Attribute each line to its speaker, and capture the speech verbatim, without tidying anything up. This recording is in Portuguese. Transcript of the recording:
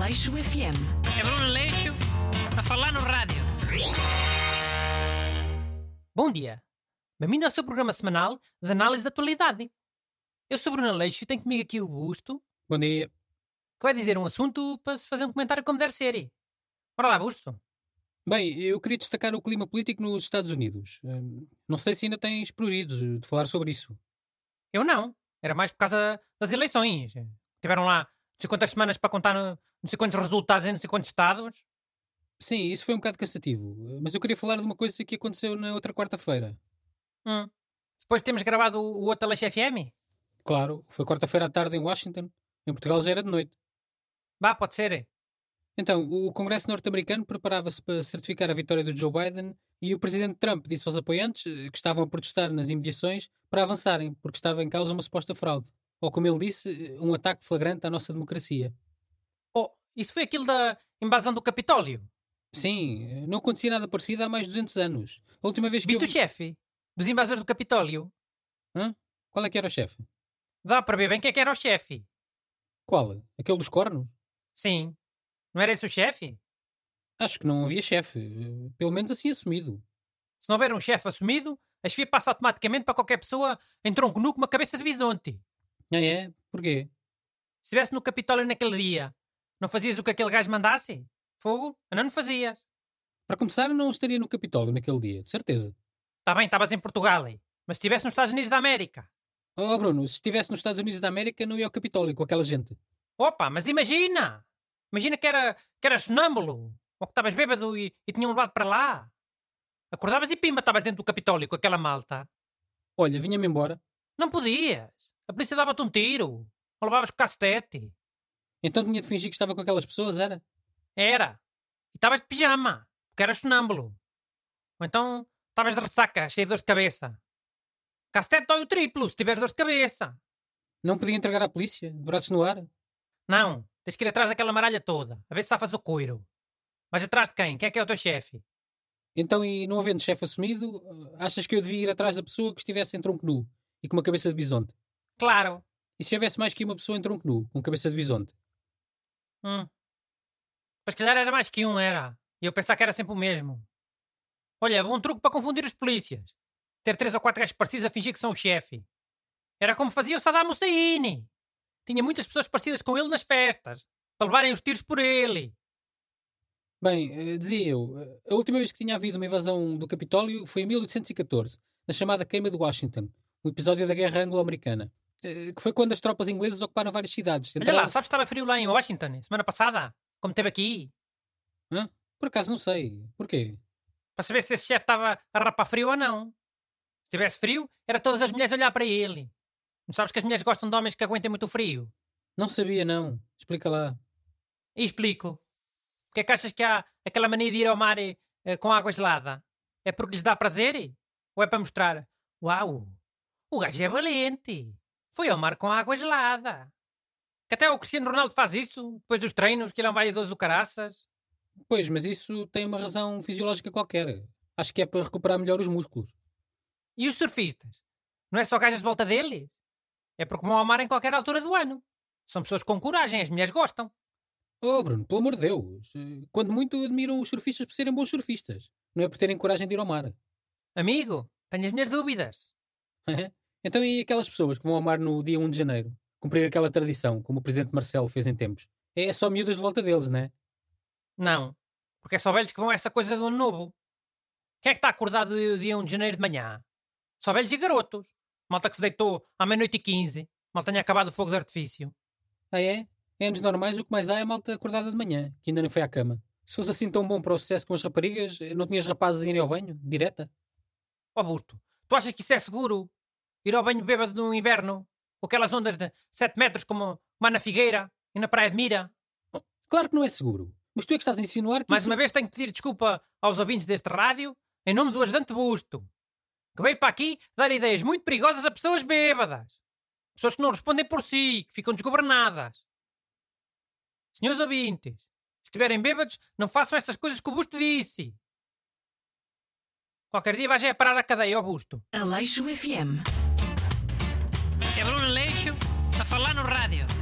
Speaker 1: Aleixo F M.
Speaker 2: É Bruno Aleixo a falar no rádio. Bom dia. Bem-vindo ao seu programa semanal de análise da atualidade. Eu sou Bruno Aleixo e tenho comigo aqui o Busto,
Speaker 3: Bom dia.
Speaker 2: que vai dizer um assunto para se fazer um comentário como deve ser. Bora lá, Busto.
Speaker 3: Bem, eu queria destacar o clima político nos Estados Unidos. Hum, não sei se ainda tens pruridos de falar sobre isso.
Speaker 2: Eu não. Era mais por causa das eleições. Tiveram lá não sei quantas semanas para contar no- não sei quantos resultados em não sei quantos estados.
Speaker 3: Sim, isso foi um bocado cansativo. Mas eu queria falar de uma coisa que aconteceu na outra quarta-feira.
Speaker 2: Hum. Depois temos gravado o, o outro Aleixo F M.
Speaker 3: Claro, foi quarta-feira à tarde em Washington. Em Portugal já era de noite.
Speaker 2: Vá, pode ser.
Speaker 3: Então, o Congresso norte-americano preparava-se para certificar a vitória do Joe Biden e o presidente Trump disse aos apoiantes, eh, que estavam a protestar nas imediações, para avançarem, porque estava em causa uma suposta fraude. Ou, como ele disse, eh, um ataque flagrante à nossa democracia.
Speaker 2: Oh, isso foi aquilo da invasão do Capitólio.
Speaker 3: Sim, eh, não acontecia nada parecido há mais de duzentos anos. A última vez que
Speaker 2: Viste
Speaker 3: eu...
Speaker 2: o chefe dos invasores do Capitólio?
Speaker 3: Hã? Qual é que era o chefe?
Speaker 2: Dá para ver bem quem é que era o chefe.
Speaker 3: Qual? Aquele dos cornos?
Speaker 2: Sim. Não era esse o chefe?
Speaker 3: Acho que não havia chefe. eh, Pelo menos assim assumido.
Speaker 2: Se não houver um chefe assumido, a chefia passa automaticamente para qualquer pessoa em tronco nu com uma cabeça de bisonte.
Speaker 3: Ah, é? Porquê?
Speaker 2: Se estivesse no Capitólio naquele dia, não fazias o que aquele gajo mandasse? Fogo? Não, não fazias.
Speaker 3: Para começar, não estaria no Capitólio naquele dia, de certeza.
Speaker 2: Está bem, estavas em Portugal, hein? Mas se estivesse nos Estados Unidos da América.
Speaker 3: Oh, Bruno, se estivesse nos Estados Unidos da América, não ia ao Capitólio com aquela gente.
Speaker 2: Opa, mas imagina! Imagina que era, que era sonâmbulo. Ou que estavas bêbado e, e tinham levado para lá. Acordavas e pimba, estavas dentro do Capitólio com aquela malta.
Speaker 3: Olha, vinha-me embora.
Speaker 2: Não podias. A polícia dava-te um tiro. Ou levavas com cacetete.
Speaker 3: Então tinha de fingir que estava com aquelas pessoas, era?
Speaker 2: Era. E estavas de pijama, porque eras sonâmbulo. Ou então estavas de ressaca, cheio de dor de cabeça. Cacetete dói o triplo se tiveres dor de cabeça.
Speaker 3: Não podia entregar à polícia, de braços no ar.
Speaker 2: Não, tens que ir atrás daquela maralha toda, a ver se safas o coiro. Vais atrás de quem? Quem é que é o teu chefe?
Speaker 3: Então, e não havendo chefe assumido, achas que eu devia ir atrás da pessoa que estivesse em tronco nu e com uma cabeça de bisonte?
Speaker 2: Claro.
Speaker 3: E se houvesse mais que uma pessoa em tronco nu, com cabeça de bisonte?
Speaker 2: Hum. Mas se calhar era mais que um, era. E eu pensava que era sempre o mesmo. Olha, bom truque para confundir os polícias. Ter três ou quatro gajos parecidos a fingir que são o chefe. Era como fazia o Saddam Hussein. Tinha muitas pessoas parecidas com ele nas festas, para levarem os tiros por ele.
Speaker 3: Bem, eh, dizia eu, eh, a última vez que tinha havido uma invasão do Capitólio foi em mil oitocentos e catorze, na chamada Queima de Washington, um episódio da Guerra Anglo-Americana, eh, que foi quando as tropas inglesas ocuparam várias cidades.
Speaker 2: Olha lá, sabes que estava frio lá em Washington, semana passada? Como teve aqui?
Speaker 3: Hã? Por acaso não sei. Porquê?
Speaker 2: Para saber se esse chefe estava a rapar frio ou não. Se tivesse frio, era todas as mulheres a olhar para ele. Não sabes que as mulheres gostam de homens que aguentem muito frio?
Speaker 3: Não sabia, não. Explica lá.
Speaker 2: E explico. Porque é que achas que há aquela mania de ir ao mar eh, com água gelada? É porque lhes dá prazer? Ou é para mostrar? Uau, o gajo é valente. Foi ao mar com água gelada. Que até o Cristiano Ronaldo faz isso, depois dos treinos, que ele é um vaiadoso do caraças.
Speaker 3: Pois, mas isso tem uma razão fisiológica qualquer. Acho que é para recuperar melhor os músculos.
Speaker 2: E os surfistas? Não é só gajas de volta deles? É porque vão ao mar em qualquer altura do ano. São pessoas com coragem, as mulheres gostam.
Speaker 3: Oh, Bruno, pelo amor de Deus. eh, Quando muito admiram os surfistas por serem bons surfistas. Não é por terem coragem de ir ao mar.
Speaker 2: Amigo, tenho as minhas dúvidas.
Speaker 3: Então e aquelas pessoas que vão ao mar no dia um de janeiro? Cumprir aquela tradição, como o presidente Marcelo fez em tempos. É só miúdas de volta deles, não é?
Speaker 2: Não, porque é só velhos que vão a essa coisa do ano novo. Quem é que está acordado o dia um de janeiro de manhã? Só velhos e garotos. Malta que se deitou à meia-noite e quinze. Malta tinha acabado o fogo de artifício.
Speaker 3: Ah, é? Em anos normais, o que mais há é a malta acordada de manhã, que ainda não foi à cama. Se fosse assim tão bom para o sucesso com as raparigas, não tinhas rapazes a irem ao banho? Direta?
Speaker 2: Ó Burto, tu achas que isso é seguro? Ir ao banho bêbado no inverno? Com aquelas ondas de sete metros como lá na Figueira e na Praia de Mira?
Speaker 3: Oh, claro que não é seguro. Mas tu é que estás a insinuar que
Speaker 2: Mais
Speaker 3: isso...
Speaker 2: uma vez tenho que pedir desculpa aos ouvintes deste rádio, em nome do ajudante Busto, que veio para aqui dar ideias muito perigosas a pessoas bêbadas. Pessoas que não respondem por si, que ficam desgovernadas. Senhores ouvintes, se estiverem bêbados, não façam essas coisas que o Busto disse. Qualquer dia vais é a parar a cadeia, ó Busto.
Speaker 1: Aleixo F M.
Speaker 2: É Bruno Aleixo a falar no rádio.